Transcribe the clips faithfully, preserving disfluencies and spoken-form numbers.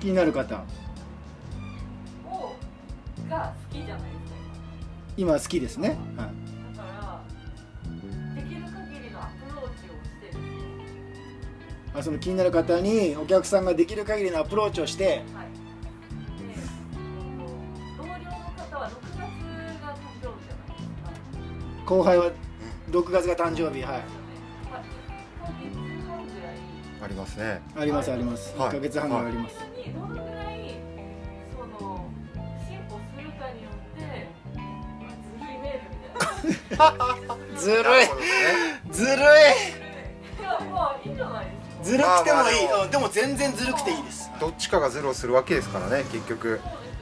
気になる方をが好きじゃないですか。 今好きですね、はい、 だからできる限りのアプローチをしてる。 あ、その気になる方にお客さんができる限りのアプローチをして、はい、で同僚の方はろくがつが誕生日じゃないですか。 後輩はろくがつが誕生日、はい、 ありますね。 ありますあります。いっかげつはんぐらいあります。 どのぐらいその進歩するかによってずるいメールみたいな。 ずるいずるい。 いやまあいいんじゃないですか。 ずるくてもいい。まあまあ、でも全然ずるくていいです。 どっちかがズルをするわけですからね、結局。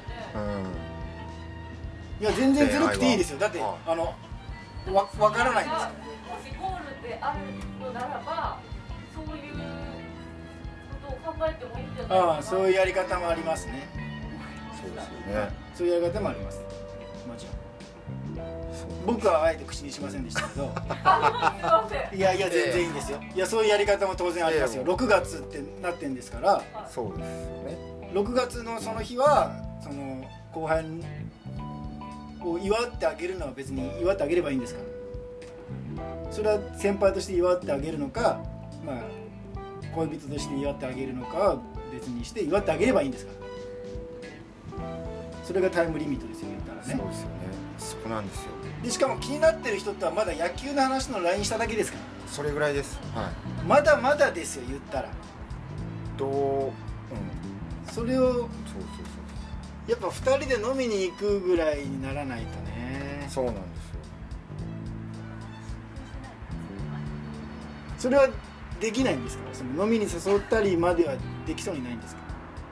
うん。いや全然ずるくていいですよ。だってあのわわからないんですから。 もしゴールであるのならば、そういうことを考えてもいいんじゃないかな。 ああ、そういうやり方もありますね。 そうですよね。 そういうやり方もあります。もちろん。僕はあえて口にしませんでしたけど。いやいや全然いいんですよ。いやそういうやり方も当然ありますよ。ろくがつってなってんですから。 そうですよね。 ろくがつのその日はその後輩を祝ってあげるのは別に祝ってあげればいいんですから。それは先輩として祝ってあげるのか、まあ恋人として祝ってあげるのかは別にして祝ってあげればいいんですから。それがタイムリミットですよ、言ったらね。 そうですよね。そこなんですよ。 でしかも気になってる人とはまだ野球の話の ライン しただけですから。 それぐらいです。はい。 まだまだですよ、言ったら。 どう、うん。 それをそうそうそう。 やっぱふたりで飲みに行くぐらいにならないとね。 そうなんですよ。 それはできないんですか。その飲みに誘ったりまではできそうにないんですか。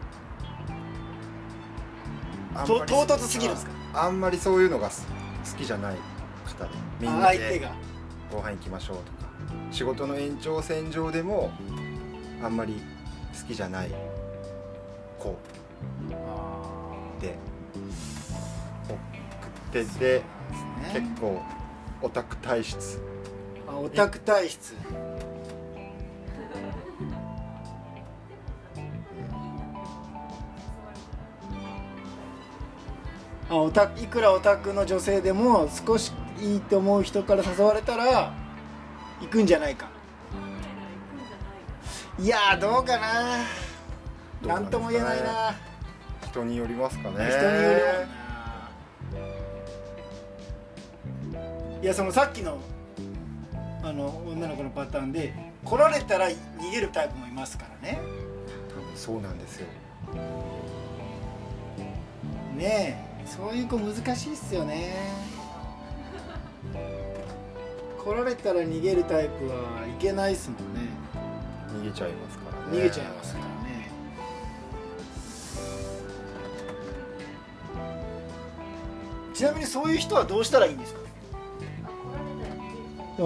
と唐突すぎるんですか。 あんまりそういうのが好きじゃない方で、みんなでご飯行きましょうとか、仕事の延長線上でもあんまり好きじゃない子で送ってて、結構オタク体質。 あ、オタク体質。あ、オタいくらオタクの女性でも少しいいと思う人から誘われたら行くんじゃないか。いやーどうかな。なんとも言えないな。 人によりますかね。 人によりもな。いやそのさっきのあの女の子のパターンで来られたら逃げるタイプもいますからね。 多分そうなんですよ。 ねえ、そういう子難しいっすよね。来られたら逃げるタイプはいけないっすもんね。 逃げちゃいますからね。 逃げちゃいますからね。ちなみにそういう人はどうしたらいいんですか。うん。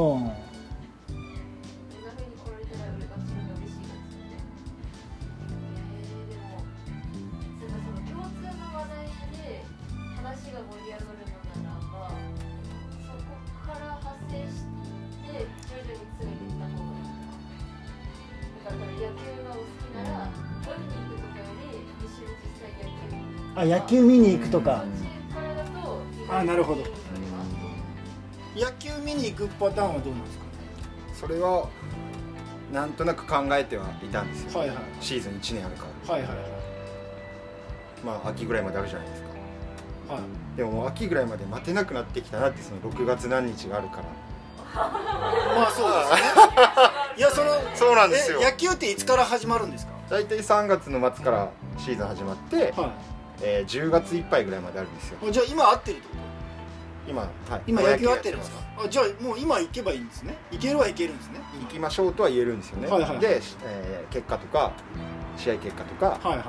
あ、野球見に行くとか。あ、なるほど。野球見に行くパターンはどうなんですか。 それはなんとなく考えてはいたんですよ。 はいはい。 シーズンいちねんあるから。 はいはいはい。 まあ秋ぐらいまであるじゃないですか。はい。でももう秋ぐらいまで待てなくなってきたなって、そのろくがつ何日があるから。 まあそうですね。いやそのそうなんですよ。 野球っていつから始まるんですか。 だいたいさんがつの末からシーズン始まって、はい、えー、じゅうがついっぱいぐらいまであるんですよ。 じゃあ今合ってるってこと。 今、はい、 今野球合ってるんですか。あ、じゃあもう今行けばいいんですね。行けるはいけるんですね。 行きましょうとは言えるんですよね。はいはい、で、えー、結果とか試合結果とか、はいはい、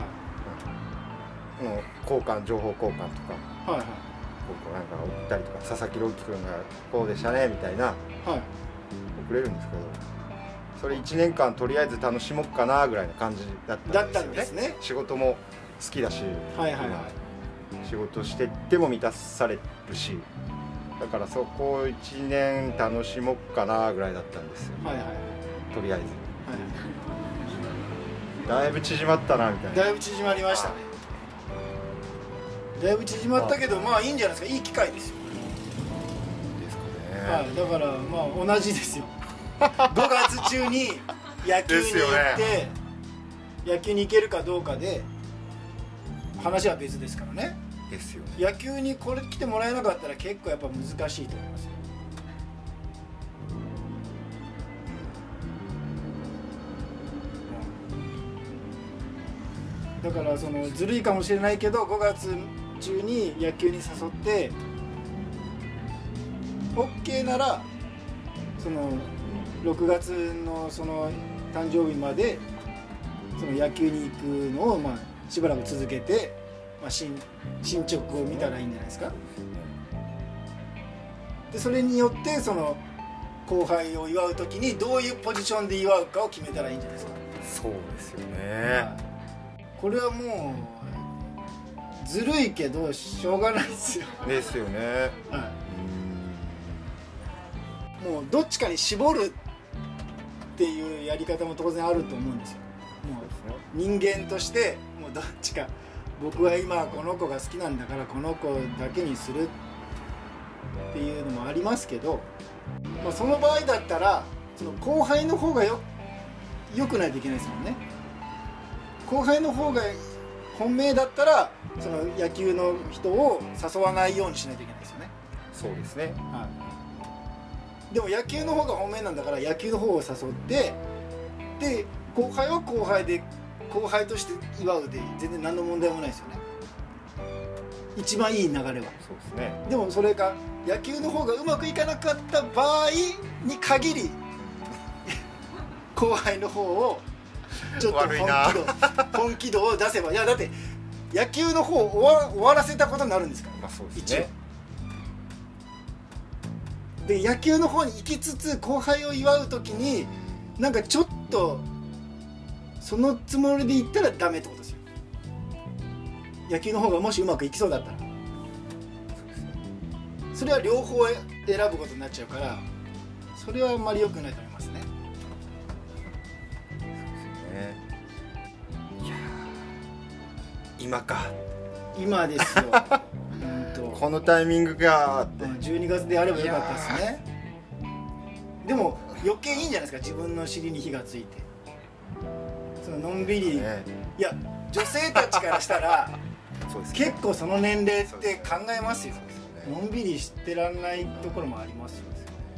うん、交換情報交換とか、はいはい、こうなんか送ったりとか、佐々木朗希君がこうでしたねみたいな、はい、送れるんですけど、それいちねんかんとりあえず楽しもうかなぐらいな感じだったんですよね。仕事も好きだし、はいはいはい、仕事してっても満たされるし、だからそこをいちねん楽しもうかなぐらいだったんですよ。はいはい、とりあえず。はい、 だいぶ縮まったなみたいな。 だいぶ縮まりましたね。だいぶ縮まったけど、まあいいんじゃないですか。いい機会ですよ。 ですかね。 はい、だからまあ同じですよ。ごがつ中に野球に行って、ね、野球に行けるかどうかで話は別ですからね。 ですよね。 野球にこれ来てもらえなかったら結構やっぱ難しいと思いますよ。だからそのずるいかもしれないけどごがつ中に野球に誘って OK ならそのろくがつのその誕生日までその野球に行くのをまあしばらく続けて、まあ、進, 進捗を見たらいいんじゃないですか。でそれによってその後輩を祝うときにどういうポジションで祝うかを決めたらいいんじゃないですか。 そうですよね、はい、 これはもうずるいけどしょうがないですよ。 ですよね、 はい、もうどっちかに絞るっていうやり方も当然あると思うんですよ。もう人間としてもうどっちか、僕は今この子が好きなんだからこの子だけにするっていうのもありますけど、まあ、その場合だったらその後輩の方がよ良くないといけないですもんね。後輩の方が本命だったらその野球の人を誘わないようにしないといけないですよね。 そうですね、 はい、でも野球の方が本命なんだから野球の方を誘ってで後輩は後輩で後輩として祝うで全然何の問題もないですよね。一番いい流れは。そうですね。 でもそれが野球の方がうまくいかなかった場合に限り後輩の方をちょっと本気度本気度を出せば、いやだって野球の方を終 わ, 終わらせたことになるんですから、 まあそうですね、 一応で野球の方に行きつつ後輩を祝うときになんかちょっとそのつもりで行ったらダメってことですよ。野球の方がもしうまくいきそうだったらそれは両方選ぶことになっちゃうからそれはあんまり良くないと思いますね。 いや今か今ですよこのタイミングかってじゅうにがつであればよかったですね。でも余計いいんじゃないですか、自分の尻に火がついてそののんびり、ね、いや女性たちからしたらそうです、ね、結構その年齢って考えますよ。そうですね、のんびりしてらんないところもありますよ。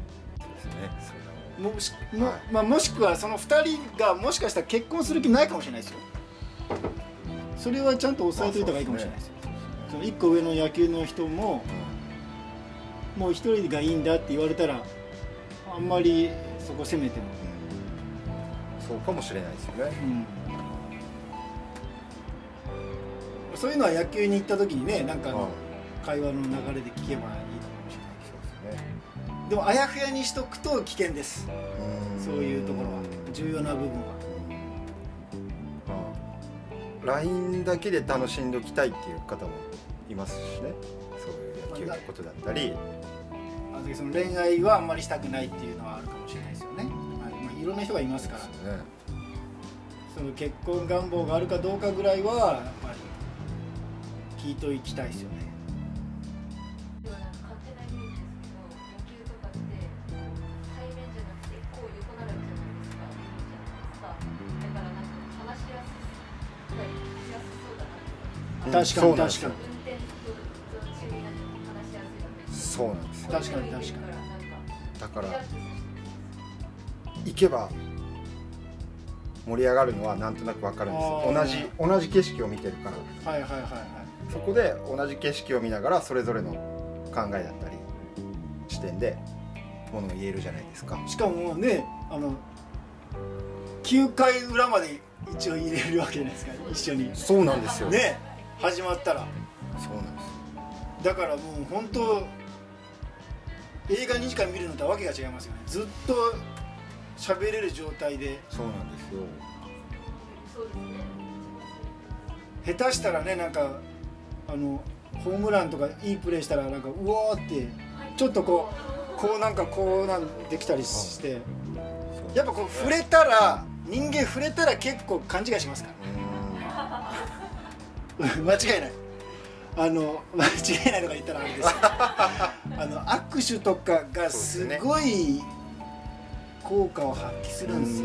もし, も,、はいまあ、もしくはそのふたりがもしかしたら結婚する気ないかもしれないですよ。それはちゃんと抑えといた方がいいかもしれないですよ。そのいっこ上の野球の人も、うん、もうひとりがいいんだって言われたらあんまりそこ攻めても、 うん、そうかもしれないですよね、 うん、そういうのは野球に行った時にねなんか会話の流れで聞けばいいかもしれない。そうですね。でもあやふやにしとくと危険です。そういうところは重要な部分は、 まあ、ライン だけで楽しんでおきたいっていう方もいますしね。そういう野球のことだったり、 あのその恋愛はあんまりしたくないっていうのはあるかもしれないですよね。まあ、いろんな人がいますから、そうですね、その結婚願望があるかどうかぐらいはやっぱり聞いといきたいですよね。確かに確かにそうなんですよ。 確かに確かにだから行けば盛り上がるのはなんとなく分かるんですよ。同じ同じ景色を見てるから。 はいはいはいはい。 そこで同じ景色を見ながらそれぞれの考えだったり視点でものを言えるじゃないですか。 しかもねあのきゅうかい裏まで一応入れるわけじゃないですか、一緒に。 そうなんですよね、始まったら。 そうなんです。 だからもう本当映画にじかん見るのとはわけが違いますよね。ずっと喋れる状態で。 そうなんですよ。 下手したらねなんかあのホームランとかいいプレーしたらなんかうわーってちょっとこうこうなんかこうなんできたりして、やっぱこう触れたら人間触れたら結構勘違いしますから間違いない、あの間違いないのが言ったらあれですけどあの握手とかがすごい効果を発揮するんですよ。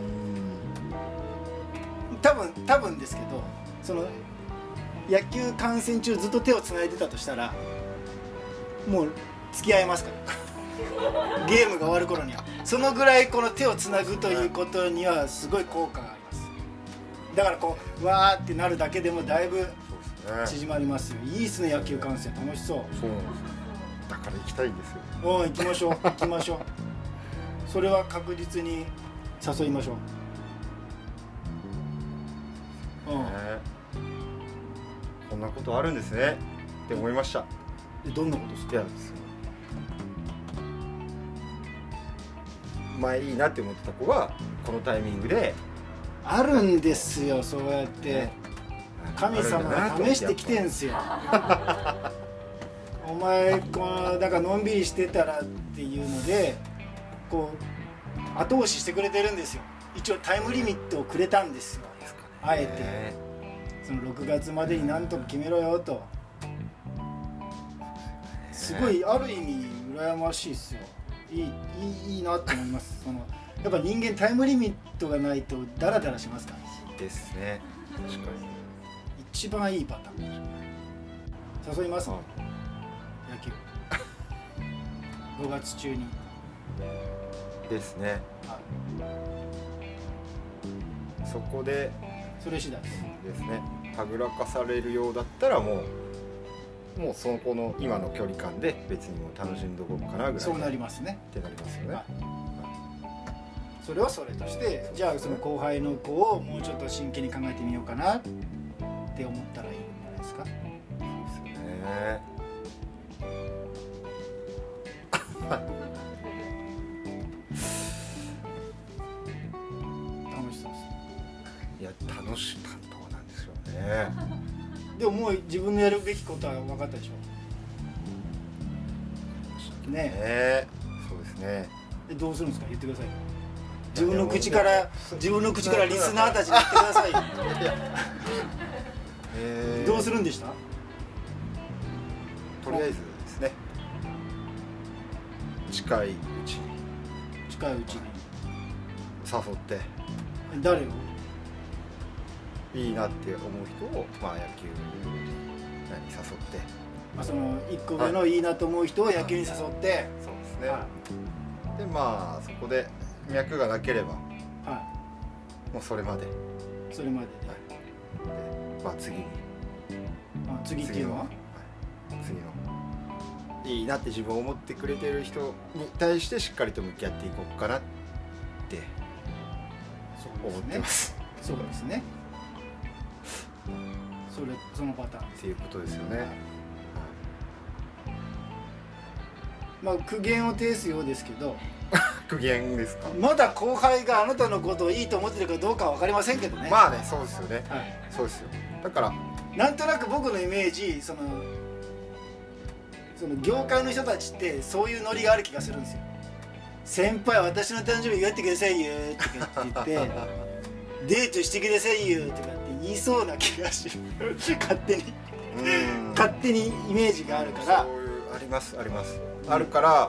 多分多分ですけど、その野球観戦中ずっと手をつないでたとしたらもう付き合えますからゲームが終わる頃には。そのぐらいこの手をつなぐということにはすごい効果があります。だからこうわーってなるだけでもだいぶ縮まりますよ。いいっすね、野球観戦楽しそう。 そうなんですよ、だから行きたいんですよ。 お行きましょう行きましょうそれは確実に誘いましょう。うん、 こんなことあるんですねって思いました。 どんなことですか？ いや前いいなって思ってた子がこのタイミングであるんですよ。そうやって神様が試してきてんすよお前このだからのんびりしてたらっていうのでこう後押ししてくれてるんですよ。一応タイムリミットをくれたんですよ、あえて。そのろくがつまでになんとか決めろよと。すごいある意味羨ましいっすよ。いい、いい、いいなって思いますそのやっぱ人間タイムリミットがないとダラダラしますからですね。確かに一番いいパターン。誘います、野球ごがつ中にですね、 はい、 そこでそれ次第ですですね。はぐらかされるようだったらもうもうその子の今の距離感で別にもう楽しんどこうかなぐらい。 そうなりますねってなりますよね、はい、 それはそれとしてじゃあその後輩の子をもうちょっと真剣に考えてみようかなって思ったらいいんじゃないですか。 そうですよね楽しそうです。 いや楽しかったなんですよねでももう自分のやるべきことは分かったでしょねえ。そうですね。 でどうするんですか、言ってください。自分の口から自分の口からリスナーたちに言ってくださいよどうするんでした？ とりあえずですね、近いうちに近いうちに誘って誰をいいなって思う人を、まあ、野球に誘って、 まあ、そのいっこめのいいなと思う人を野球に誘って、そうですね、はい、でまあそこで脈がなければ、はい、もうそれまでそれまでで、 はい、でまあ次にあ次っていうのは、はい、 次のいいなって自分を思ってくれてる人に対してしっかりと向き合っていこうかなって思ってます。 そうですね。それそのパターンっていうことですよね。 まあ苦言を呈すようですけど苦言ですか。 まだ後輩があなたのことをいいと思ってるかどうかは分かりませんけどね。 まあね、そうですよね、はい、そうですよ。だからなんとなく僕のイメージ、そのその業界の人たちってそういうノリがある気がするんですよ。先輩私の誕生日祝ってくださいよとか言ってデートしてくださいよとかって言いそうな気がし勝手に勝手にイメージがあるから。 そういうありますあります、うん、あるから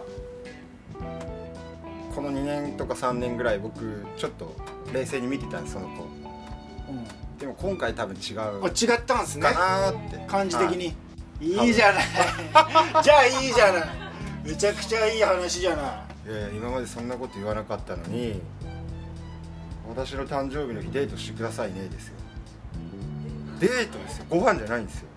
このにねんとかさんねんぐらい僕ちょっと冷静に見てたんです、その子、うん、でも今回多分違うあ違ったんですねかなって感じ的に、はい、いいじゃないじゃあいいじゃない、めちゃくちゃいい話じゃない。 いやいや今までそんなこと言わなかったのに、私の誕生日の日デートしてくださいねですよ。デートですよ、ご飯じゃないんですよ。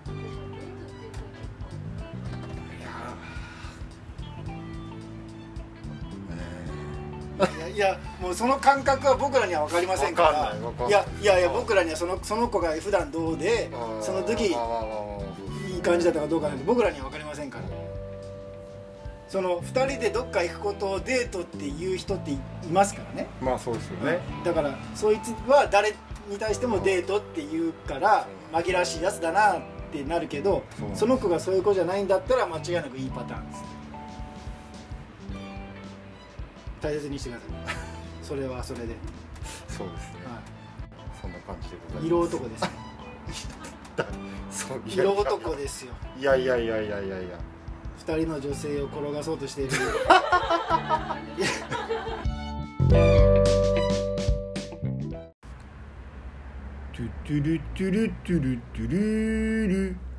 いやいやもうその感覚は僕らには分かりませんから。いやいやいや僕らにはそのその子が普段どうでその時いい感じだったかどうかなんて僕らには分かりませんから。そのふたりでどっか行くことをデートっていう人っていますからね。 まあそうですよね。 だからそいつは誰に対してもデートって言うから紛らわしいやつだなってなるけど、 そ, その子がそういう子じゃないんだったら間違いなくいいパターンです。大切にしてくださいそれはそれで。 そそうですね、はい、そんな感じでございます。 色男ですねそういや色男ですよ。 いやいやいやいやいやいや二人の女性を転がそうとしているトゥトゥルトゥルトゥルトゥルル